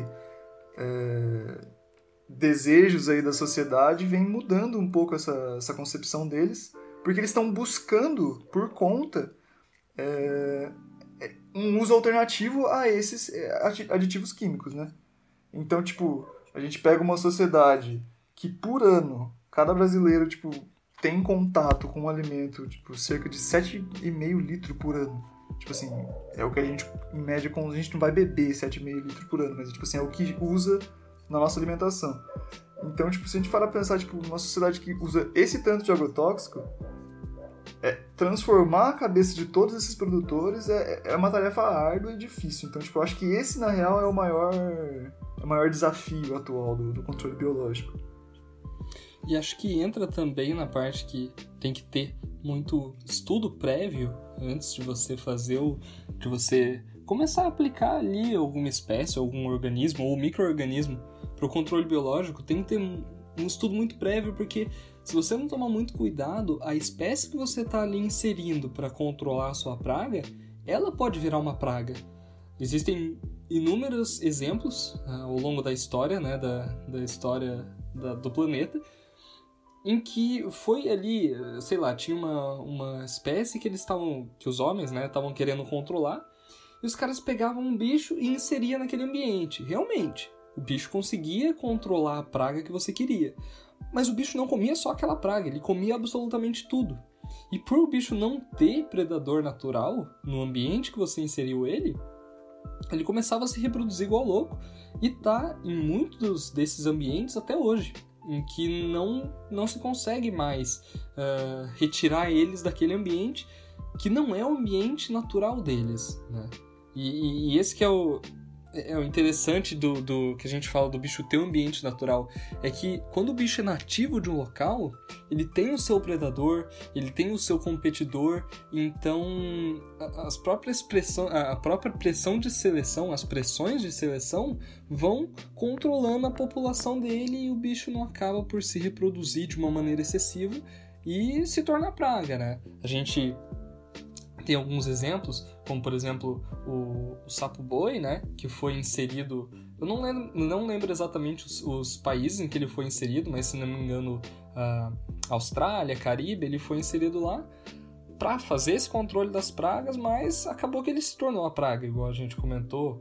desejos aí da sociedade vêm mudando um pouco essa concepção deles, porque eles estão buscando, por conta, um uso alternativo a esses aditivos químicos, né? Então, tipo, a gente pega uma sociedade que por ano, cada brasileiro, tipo, tem contato com um alimento, tipo, cerca de 7,5 litros por ano. Tipo assim, é o que a gente, em média, a gente não vai beber 7,5 litros por ano, mas, tipo assim, é o que usa na nossa alimentação. Então, tipo, se a gente for pensar, tipo, numa sociedade que usa esse tanto de agrotóxico, transformar a cabeça de todos esses produtores é uma tarefa árdua e difícil. Então, tipo, eu acho que esse, na real, é o maior desafio atual do controle biológico. E acho que entra também na parte que tem que ter muito estudo prévio antes de você de você começar a aplicar ali alguma espécie, algum organismo ou micro-organismo para o controle biológico. Tem que ter um estudo muito prévio, porque se você não tomar muito cuidado, a espécie que você está ali inserindo para controlar a sua praga, ela pode virar uma praga. Existem inúmeros exemplos ao longo da história, né, da história do planeta, em que foi ali, sei lá, tinha uma espécie que os homens, né, estavam querendo controlar, e os caras pegavam um bicho e inseriam naquele ambiente. Realmente, o bicho conseguia controlar a praga que você queria. Mas o bicho não comia só aquela praga, ele comia absolutamente tudo. E por o bicho não ter predador natural no ambiente que você inseriu ele começava a se reproduzir igual louco. E tá em muitos desses ambientes até hoje, em que não se consegue mais retirar eles daquele ambiente, que não é o ambiente natural deles, né? E esse que é o interessante do que a gente fala do bicho ter um ambiente natural, é que quando o bicho é nativo de um local, ele tem o seu predador, ele tem o seu competidor, então a própria pressão de seleção, as pressões de seleção vão controlando a população dele, e o bicho não acaba por se reproduzir de uma maneira excessiva e se torna praga, né? A gente tem alguns exemplos, como por exemplo o sapo-boi, né, que foi inserido, eu não lembro exatamente os países em que ele foi inserido, mas se não me engano, Austrália, Caribe, ele foi inserido lá para fazer esse controle das pragas, mas acabou que ele se tornou a praga, igual a gente comentou.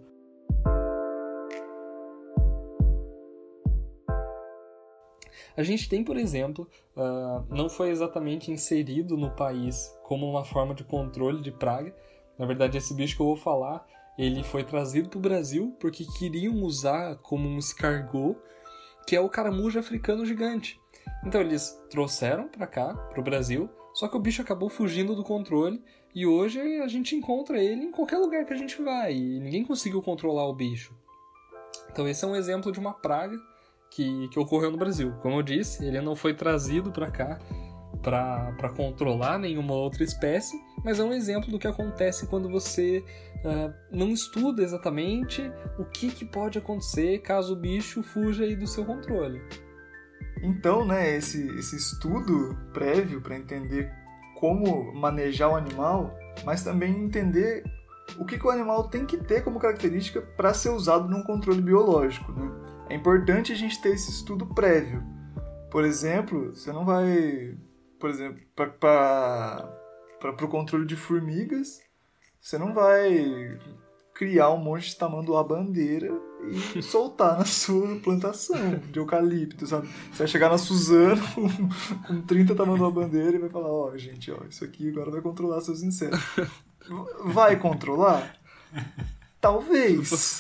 A gente tem, por exemplo, não foi exatamente inserido no país como uma forma de controle de praga. Na verdade, esse bicho que eu vou falar, ele foi trazido para o Brasil porque queriam usar como um escargot, que é o caramujo africano gigante. Então eles trouxeram para cá, para o Brasil, só que o bicho acabou fugindo do controle, e hoje a gente encontra ele em qualquer lugar que a gente vai, e ninguém conseguiu controlar o bicho. Então esse é um exemplo de uma praga que ocorreu no Brasil. Como eu disse, ele não foi trazido para cá para controlar nenhuma outra espécie, mas é um exemplo do que acontece quando você não estuda exatamente o que pode acontecer caso o bicho fuja aí do seu controle. Então, né, esse estudo prévio para entender como manejar o animal, mas também entender o que o animal tem que ter como característica para ser usado num controle biológico, né? É importante a gente ter esse estudo prévio. Por exemplo, você não vai... Por exemplo, para o controle de formigas, você não vai criar um monte de tamanduá-bandeira e soltar na sua plantação de eucalipto, sabe? Você vai chegar na Suzano com 30 tamanduá-bandeira e vai falar, ó, gente, ó, isso aqui agora vai controlar seus insetos. Vai controlar? Talvez.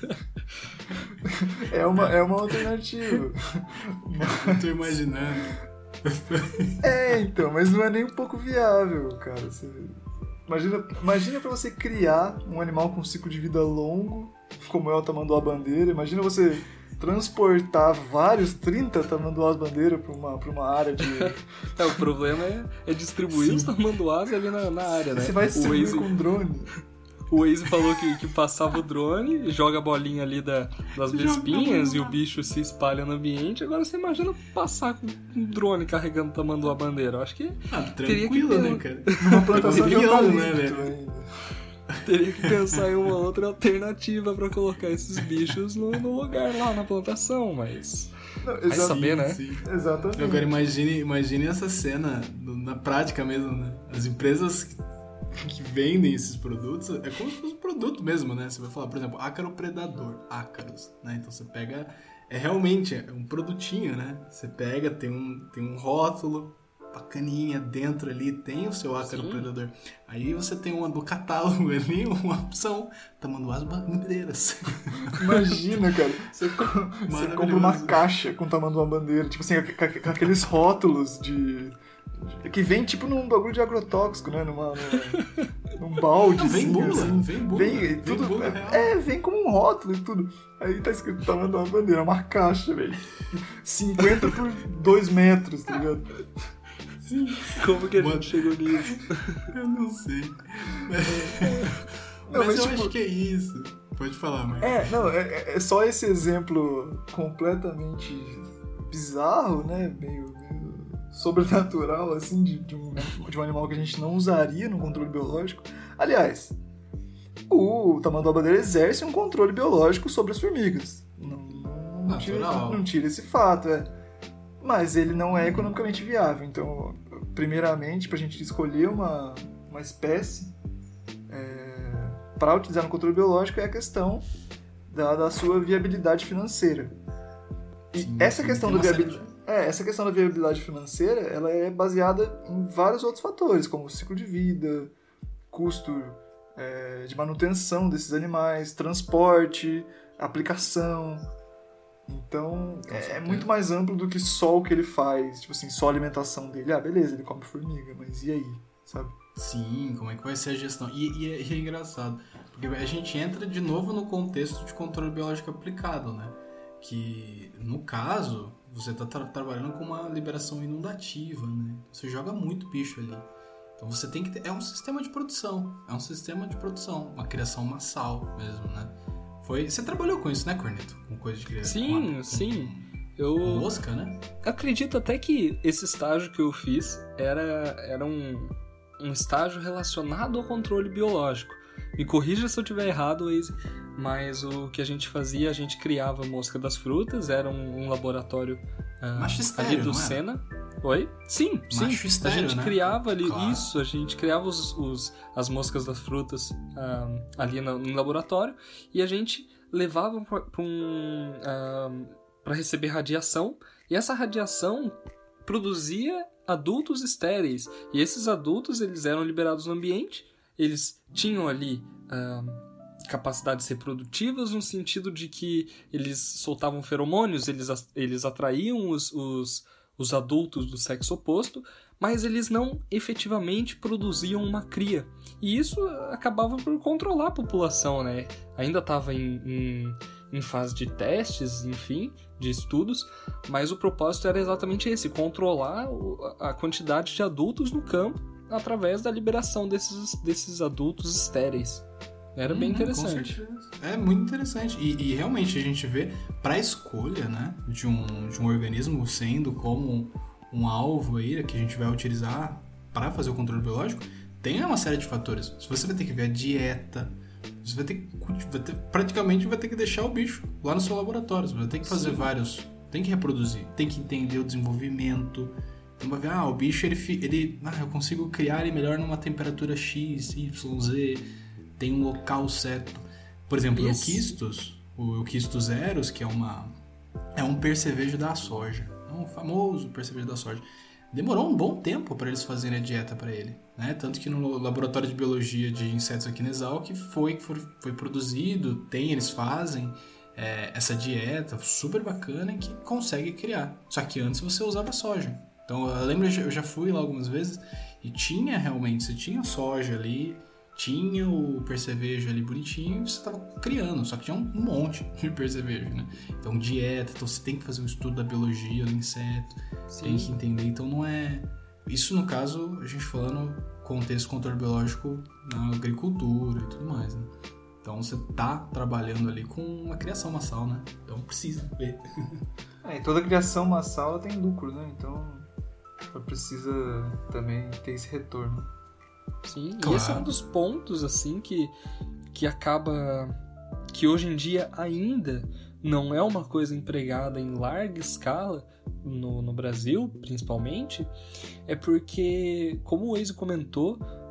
É uma alternativa. Eu tô imaginando. Então, mas não é nem um pouco viável, cara. Imagina pra você criar um animal com um ciclo de vida longo, como é o tamanduá-bandeira. Imagina você transportar 30 tamanduás-bandeira pra uma área de... O problema é distribuir os tamanduás ali na área, né? Você vai distribuir com drone. O Waze falou que passava o drone, joga a bolinha ali das vespinhas e o bicho se espalha no ambiente. Agora você imagina passar com um drone carregando tamanduá-bandeira. Eu acho que teria que ter, né, cara? Numa plantação de eucalipto, né, velho? Teria que pensar em uma outra alternativa pra colocar esses bichos no lugar lá na plantação, mas... Vai saber, né? Sim. Exatamente. Agora imagine essa cena na prática mesmo, né? As empresas que vendem esses produtos, é como se fosse um produto mesmo, né? Você vai falar, por exemplo, ácaro predador, ácaros, né? Então você pega, realmente um produtinho, né? Você pega, tem um rótulo, bacaninha, dentro ali tem o seu ácaro predador. Aí você tem uma do catálogo ali, uma opção, tamanduás bandeiras. Imagina, cara, você compra uma caixa com tamanduá bandeira, tipo assim, com aqueles rótulos que vem tipo num bagulho de agrotóxico, né? Num balde. Vem bula, assim. Vem bula. Vem tudo. Bula vem como um rótulo e tudo. Aí tá escrito tamanduá bandeira, uma caixa, velho. 50 por 2 metros, tá ligado? Sim. Como que a gente chegou nisso? Eu não sei. Mas eu tipo, acho que é isso. Pode falar, Marcos. É só esse exemplo completamente bizarro, né? Meio sobrenatural, assim, de um animal que a gente não usaria no controle biológico. Aliás, o tamanduá bandeira exerce um controle biológico sobre as formigas. Não tira esse fato, Mas ele não é economicamente viável. Então, primeiramente, para a gente escolher uma espécie para utilizar no controle biológico é a questão da sua viabilidade financeira. E sim, essa questão da viabilidade financeira, ela é baseada em vários outros fatores, como o ciclo de vida, custo de manutenção desses animais, transporte, aplicação. Então, é muito mais amplo do que só o que ele faz, tipo assim, só a alimentação dele. Ah, beleza, ele come formiga, mas e aí, sabe? Sim, como é que vai ser a gestão? E é engraçado, porque a gente entra de novo no contexto de controle biológico aplicado, né? Que, no caso, você está trabalhando com uma liberação inundativa, né? Você joga muito bicho ali. Então você tem que ter... É um sistema de produção. Uma criação massal mesmo, né? Você trabalhou com isso, né, Corneto? Com coisa de criação. Sim. Com mosca, né? Acredito até que esse estágio que eu fiz era um estágio relacionado ao controle biológico. Me corrija se eu estiver errado, Waze, mas o que a gente fazia, a gente criava mosca das frutas, era um laboratório ali do Sena. Oi? Sim. Estéreo, a gente né? criava ali, claro. Isso, a gente criava as moscas das frutas ali no laboratório e a gente levava para receber radiação, e essa radiação produzia adultos estéreis, e esses adultos eles eram liberados no ambiente, eles tinham ali capacidades reprodutivas no sentido de que eles soltavam feromônios, eles atraíam os adultos do sexo oposto, mas eles não efetivamente produziam uma cria. E isso acabava por controlar a população, né? Ainda estava em fase de testes, enfim, de estudos, mas o propósito era exatamente esse, controlar a quantidade de adultos no campo através da liberação desses adultos estéreis. Era bem interessante. É muito interessante. E realmente a gente vê, para a escolha, né, de um organismo sendo como um alvo aí, que a gente vai utilizar para fazer o controle biológico, tem uma série de fatores. Você vai ter que ver a dieta, você praticamente vai ter que deixar o bicho lá no seu laboratório, você vai ter que fazer tem que reproduzir, tem que entender o desenvolvimento. Então vai ver, o bicho eu consigo criar ele melhor numa temperatura X, Y, Z, tem um local certo. Por exemplo, o Euquistos eros, que é um percevejo da soja, um famoso percevejo da soja. Demorou um bom tempo para eles fazerem a dieta para ele, né? Tanto que no laboratório de biologia de insetos aqui na Exalc foi produzido, eles fazem essa dieta super bacana que consegue criar. Só que antes você usava soja. Então eu lembro, eu já fui lá algumas vezes e você tinha soja ali, tinha o percevejo ali bonitinho e você estava criando, só que tinha um monte de percevejo, né? Então dieta, então você tem que fazer um estudo da biologia do inseto, tem que entender, então não é... Isso no caso, a gente falando contexto controle biológico na agricultura e tudo mais, né? Então você tá trabalhando ali com uma criação massal, né? Então precisa ver. E toda criação massal ela tem lucro, né? Então ela precisa também ter esse retorno. Sim, claro. E esse é um dos pontos, assim, que acaba... Que hoje em dia ainda não é uma coisa empregada em larga escala no Brasil, principalmente, é porque, como o Waze comentou,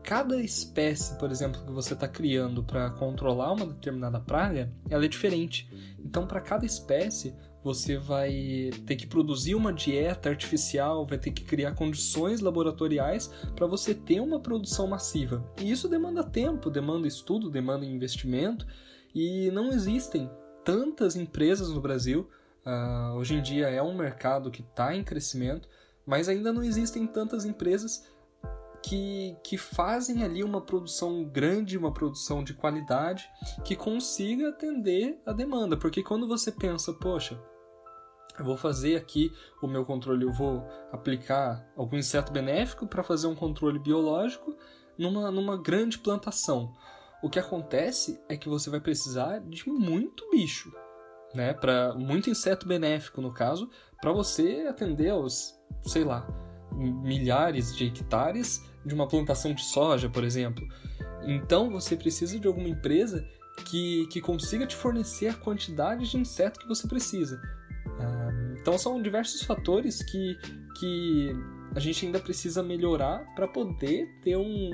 cada espécie, por exemplo, que você está criando para controlar uma determinada praga, ela é diferente. Então, para cada espécie, você vai ter que produzir uma dieta artificial, vai ter que criar condições laboratoriais para você ter uma produção massiva. E isso demanda tempo, demanda estudo, demanda investimento, e não existem tantas empresas no Brasil. Hoje em dia é um mercado que está em crescimento, mas ainda não existem tantas empresas que fazem ali uma produção grande, uma produção de qualidade, que consiga atender a demanda. Porque quando você pensa, poxa, eu vou fazer aqui o meu controle, eu vou aplicar algum inseto benéfico para fazer um controle biológico numa grande plantação. O que acontece é que você vai precisar de muito bicho, né? Muito inseto benéfico, no caso, para você atender aos, sei lá, milhares de hectares de uma plantação de soja, por exemplo. Então você precisa de alguma empresa que consiga te fornecer a quantidade de inseto que você precisa. Então são diversos fatores que a gente ainda precisa melhorar para poder ter um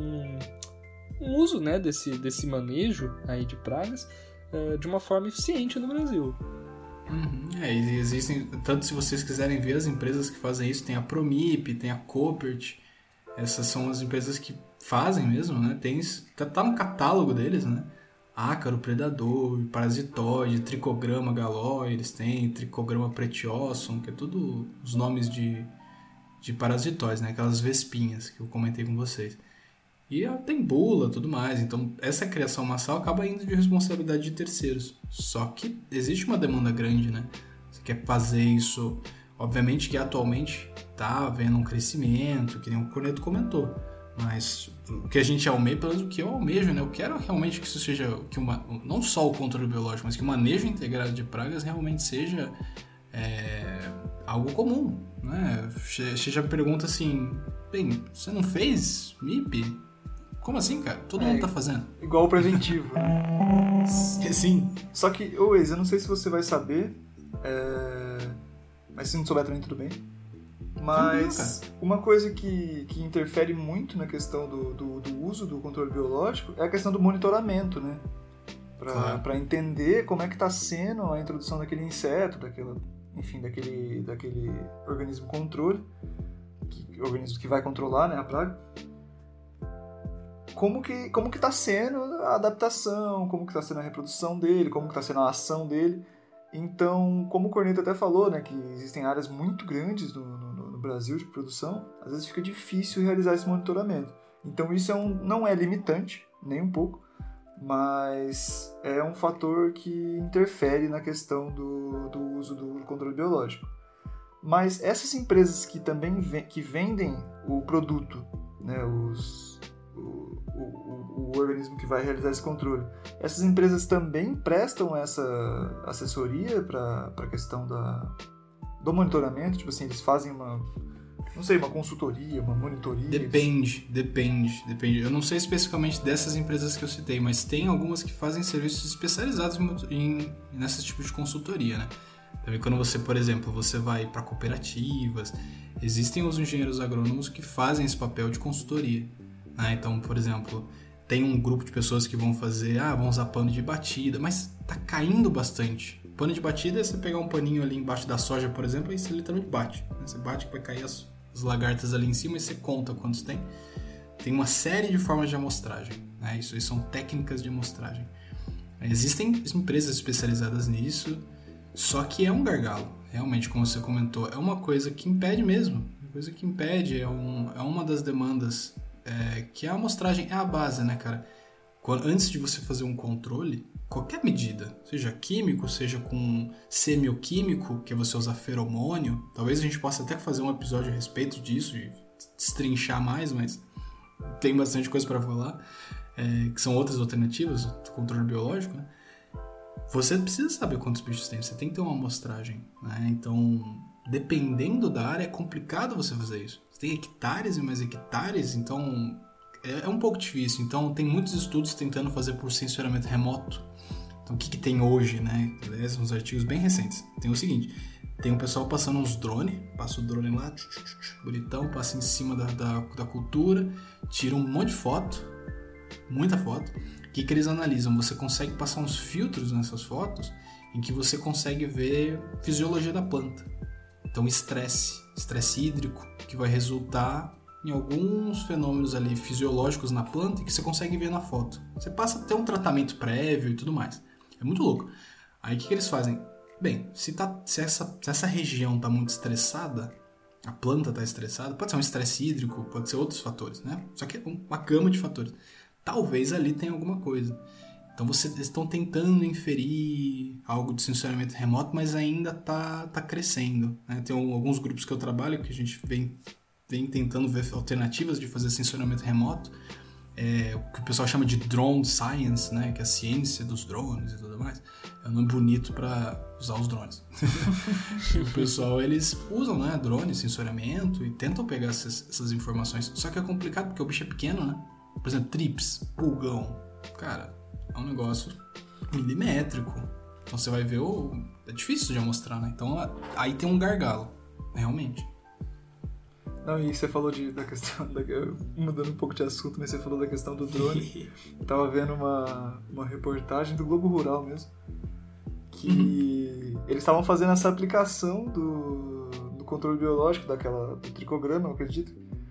uso, né, desse manejo aí de pragas de uma forma eficiente no Brasil. Existem, tanto se vocês quiserem ver as empresas que fazem isso, tem a Promip, tem a Copert, essas são as empresas que fazem mesmo, né? Tá no catálogo deles, né? Ácaro, Predador, Parasitoide, Tricograma Galoi, eles têm Tricograma Pretiossum, que é tudo os nomes de parasitóides, né? Aquelas vespinhas que eu comentei com vocês. E tem bula, tudo mais. Então, essa criação massal acaba indo de responsabilidade de terceiros. Só que existe uma demanda grande, né? Você quer fazer isso... Obviamente que atualmente tá havendo um crescimento, que nem o Corneto comentou. Mas o que a gente almeja, pelo menos o que eu almejo, né? Eu quero realmente que isso seja... não só o controle biológico, mas que o manejo integrado de pragas realmente seja algo comum, né? Você já me pergunta assim... Bem, você não fez MIP? Como assim, cara? Todo mundo tá fazendo. Igual o preventivo. Sim. Só que, Waze, eu não sei se você vai saber, mas se não souber também tudo bem. Mas uma coisa que interfere muito na questão do uso do controle biológico é a questão do monitoramento, né? Para entender como é que está sendo a introdução daquele inseto, daquele organismo controle, organismo que vai controlar, né, a praga. Como que está sendo a adaptação, como que está sendo a reprodução dele, como que está sendo a ação dele. Então, como o Corneto até falou, né, que existem áreas muito grandes no Brasil de produção, às vezes fica difícil realizar esse monitoramento. Então isso não é limitante, nem um pouco, mas é um fator que interfere na questão do uso do controle biológico. Mas essas empresas que também que vendem o produto, né, o organismo que vai realizar esse controle, essas empresas também prestam essa assessoria para a questão do monitoramento? Tipo assim, eles fazem uma consultoria, uma monitoria? Depende. Eu não sei especificamente dessas empresas que eu citei, mas tem algumas que fazem serviços especializados nesse tipo de consultoria, né? Também quando você, por exemplo, você vai para cooperativas, existem os engenheiros agrônomos que fazem esse papel de consultoria, né? Então, por exemplo, tem um grupo de pessoas que vão vão usar pano de batida, mas tá caindo bastante. Pano de batida é você pegar um paninho ali embaixo da soja, por exemplo, e você literalmente bate. Você bate que vai cair as lagartas ali em cima e você conta quantos tem. Tem uma série de formas de amostragem, né? Isso aí são técnicas de amostragem. Existem empresas especializadas nisso, só que é um gargalo. Realmente, como você comentou, é uma coisa que impede mesmo. Uma coisa que impede, é uma das demandas, que a amostragem é a base, né, cara? Antes de você fazer um controle, qualquer medida, seja químico, seja com semioquímico, que é você usar feromônio, talvez a gente possa até fazer um episódio a respeito disso e destrinchar mais, mas tem bastante coisa para falar, que são outras alternativas do controle biológico, né? Você precisa saber quantos bichos tem, você tem que ter uma amostragem, né? Então, dependendo da área, é complicado você fazer isso. Você tem hectares e mais hectares, então é um pouco difícil. Então, tem muitos estudos tentando fazer por sensoramento remoto. Então, o que tem hoje, né? Aliás, uns artigos bem recentes. Tem o seguinte, tem um pessoal passando uns drones, passa o drone lá, bonitão, passa em cima da cultura, tira um monte de foto, muita foto. O que eles analisam? Você consegue passar uns filtros nessas fotos em que você consegue ver fisiologia da planta. Então, estresse hídrico, que vai resultar em alguns fenômenos ali fisiológicos na planta que você consegue ver na foto. Você passa a ter um tratamento prévio e tudo mais. É muito louco. Aí, o que eles fazem? Bem, se essa região está muito estressada, a planta está estressada, pode ser um estresse hídrico, pode ser outros fatores, né? Só que é uma gama de fatores. Talvez ali tenha alguma coisa. Então, vocês estão tentando inferir algo de sensoramento remoto, mas ainda tá crescendo, né? Tem alguns grupos que eu trabalho que a gente vem tentando ver alternativas de fazer sensoramento remoto, o que o pessoal chama de drone science, né? Que é a ciência dos drones e tudo mais. É um nome bonito para usar os drones. E o pessoal, eles usam, né, drone, sensoriamento e tentam pegar essas informações. Só que é complicado porque o bicho é pequeno, né? Por exemplo, trips, pulgão. Cara, é um negócio milimétrico. Então você vai ver é difícil de mostrar, né? Então aí tem um gargalo, realmente. Não, e você falou da questão, mudando um pouco de assunto, mas você falou da questão do drone. Eu tava vendo uma reportagem do Globo Rural mesmo, que eles estavam fazendo essa aplicação do controle biológico do tricograma, eu acredito.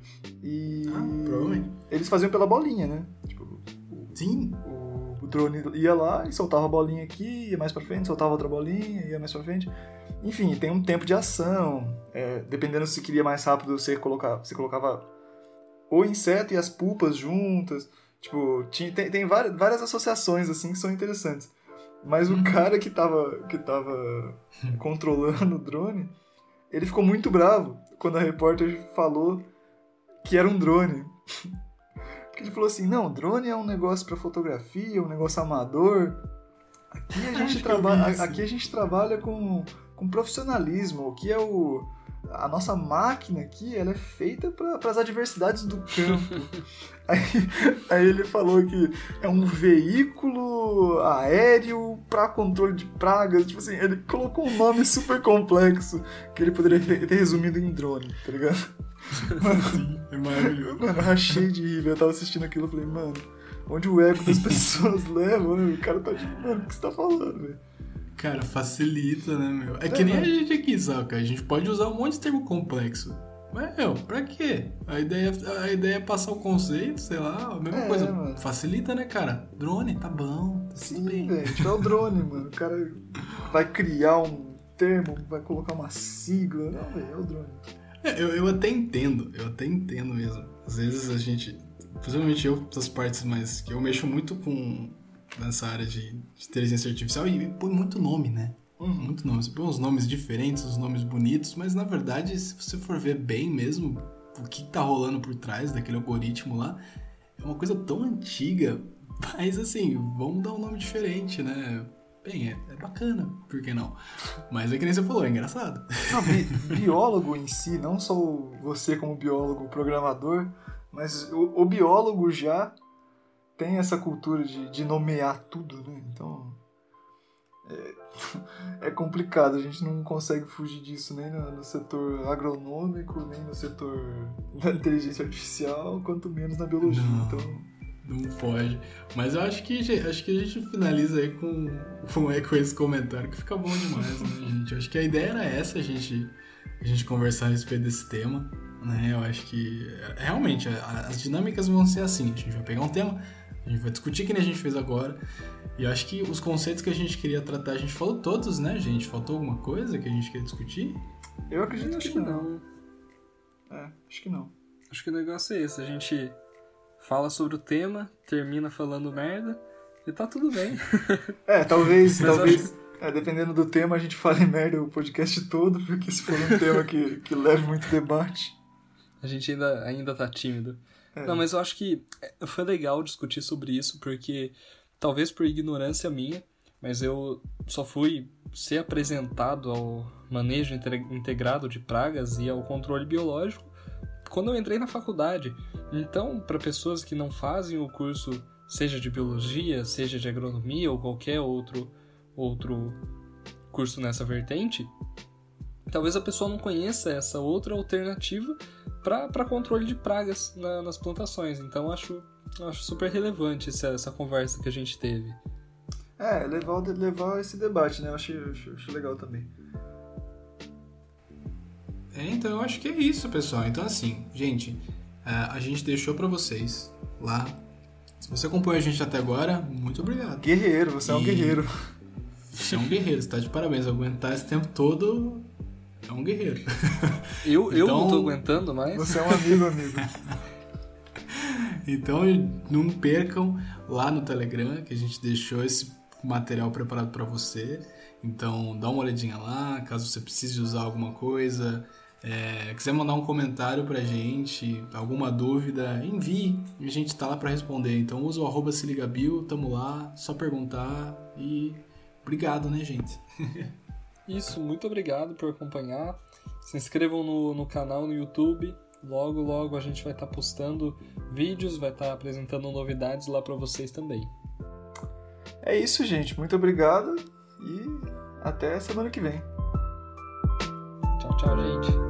E provavelmente. Eles faziam pela bolinha, né? Tipo, sim. O drone ia lá e soltava a bolinha aqui, ia mais pra frente, soltava outra bolinha, ia mais pra frente. Enfim, tem um tempo de ação. Dependendo se queria mais rápido, você colocava o inseto e as pulpas juntas. Tipo, tem várias associações assim que são interessantes. Mas o cara que tava controlando o drone, ele ficou muito bravo quando a repórter falou que era um drone. Porque ele falou assim, não, drone é um negócio pra fotografia, um negócio amador. Aqui a gente trabalha com profissionalismo. Aqui a nossa máquina aqui, ela é feita para as adversidades do campo. aí ele falou que é um veículo aéreo para controle de pragas. Tipo assim, ele colocou um nome super complexo que ele poderia ter resumido em drone, tá ligado? Sim, é maravilhoso. Mano, eu rachei de rir. Eu tava assistindo aquilo e falei, mano, onde o ego das pessoas leva, né? O cara tá tipo, mano, o que você tá falando, velho? Cara, facilita, né, meu? É que nem a gente aqui, saca? A gente pode usar um monte de termo complexo. Mas, meu, pra quê? A ideia é passar o conceito, sei lá, a mesma coisa. Mano. Facilita, né, cara? Drone, tá bom. Tá sim, velho. Tipo, é o drone, mano. O cara vai criar um termo, vai colocar uma sigla. Não, velho, é o drone. Eu até entendo mesmo. Às vezes a gente, principalmente eu, das partes mais que eu mexo muito com nessa área de inteligência artificial e põe muito nome, né? Muito nome. Você põe uns nomes diferentes, uns nomes bonitos, mas na verdade, se você for ver bem mesmo o que tá rolando por trás daquele algoritmo lá, é uma coisa tão antiga, mas assim, vamos dar um nome diferente, né? Bem, é bacana, por que não? Mas é que nem você falou, é engraçado. Não, biólogo em si, não só você como biólogo programador, mas o biólogo já tem essa cultura de nomear tudo, né? Então é complicado, a gente não consegue fugir disso nem no setor agronômico, nem no setor da inteligência artificial, quanto menos na biologia. Não. Então Não pode. Mas eu acho que a gente finaliza aí com esse comentário que fica bom demais, né, gente? Eu acho que a ideia era essa, a gente conversar a respeito desse tema, né? Eu acho que realmente as dinâmicas vão ser assim. A gente vai pegar um tema, a gente vai discutir que nem a gente fez agora. E eu acho que os conceitos que a gente queria tratar, a gente falou todos, né, gente? Faltou alguma coisa que a gente queria discutir? Eu acredito que não. Acho que não. Acho que o negócio é esse, a gente fala sobre o tema, termina falando merda e tá tudo bem. Talvez dependendo do tema a gente fale merda o podcast todo, porque se for um tema que leve muito debate. A gente ainda tá tímido. Não, mas eu acho que foi legal discutir sobre isso, porque talvez por ignorância minha, mas eu só fui ser apresentado ao manejo integrado de pragas e ao controle biológico quando eu entrei na faculdade. Então, para pessoas que não fazem o curso, seja de biologia, seja de agronomia ou qualquer outro curso nessa vertente, talvez a pessoa não conheça essa outra alternativa para controle de pragas nas plantações. Então acho super relevante essa conversa que a gente teve. Levar esse debate, né? Eu acho legal também. Então eu acho que é isso, pessoal. Então assim, gente, a gente deixou pra vocês lá. Se você acompanhou a gente até agora, muito obrigado. Guerreiro, você é um guerreiro. Você é um guerreiro, você tá de parabéns. Aguentar esse tempo todo é um guerreiro. Eu não tô aguentando mais. Você é um amigo. Então não percam lá no Telegram, que a gente deixou esse material preparado para você. Então dá uma olhadinha lá, caso você precise usar alguma coisa, quiser mandar um comentário pra gente, alguma dúvida, envie, e a gente tá lá para responder. Então usa o @seligabio, tamo lá, só perguntar e obrigado, né, gente? Isso, muito obrigado por acompanhar. Se inscrevam no canal no YouTube. Logo a gente vai estar postando vídeos, vai estar apresentando novidades lá para vocês também. É isso, gente. Muito obrigado e até semana que vem. Tchau, gente.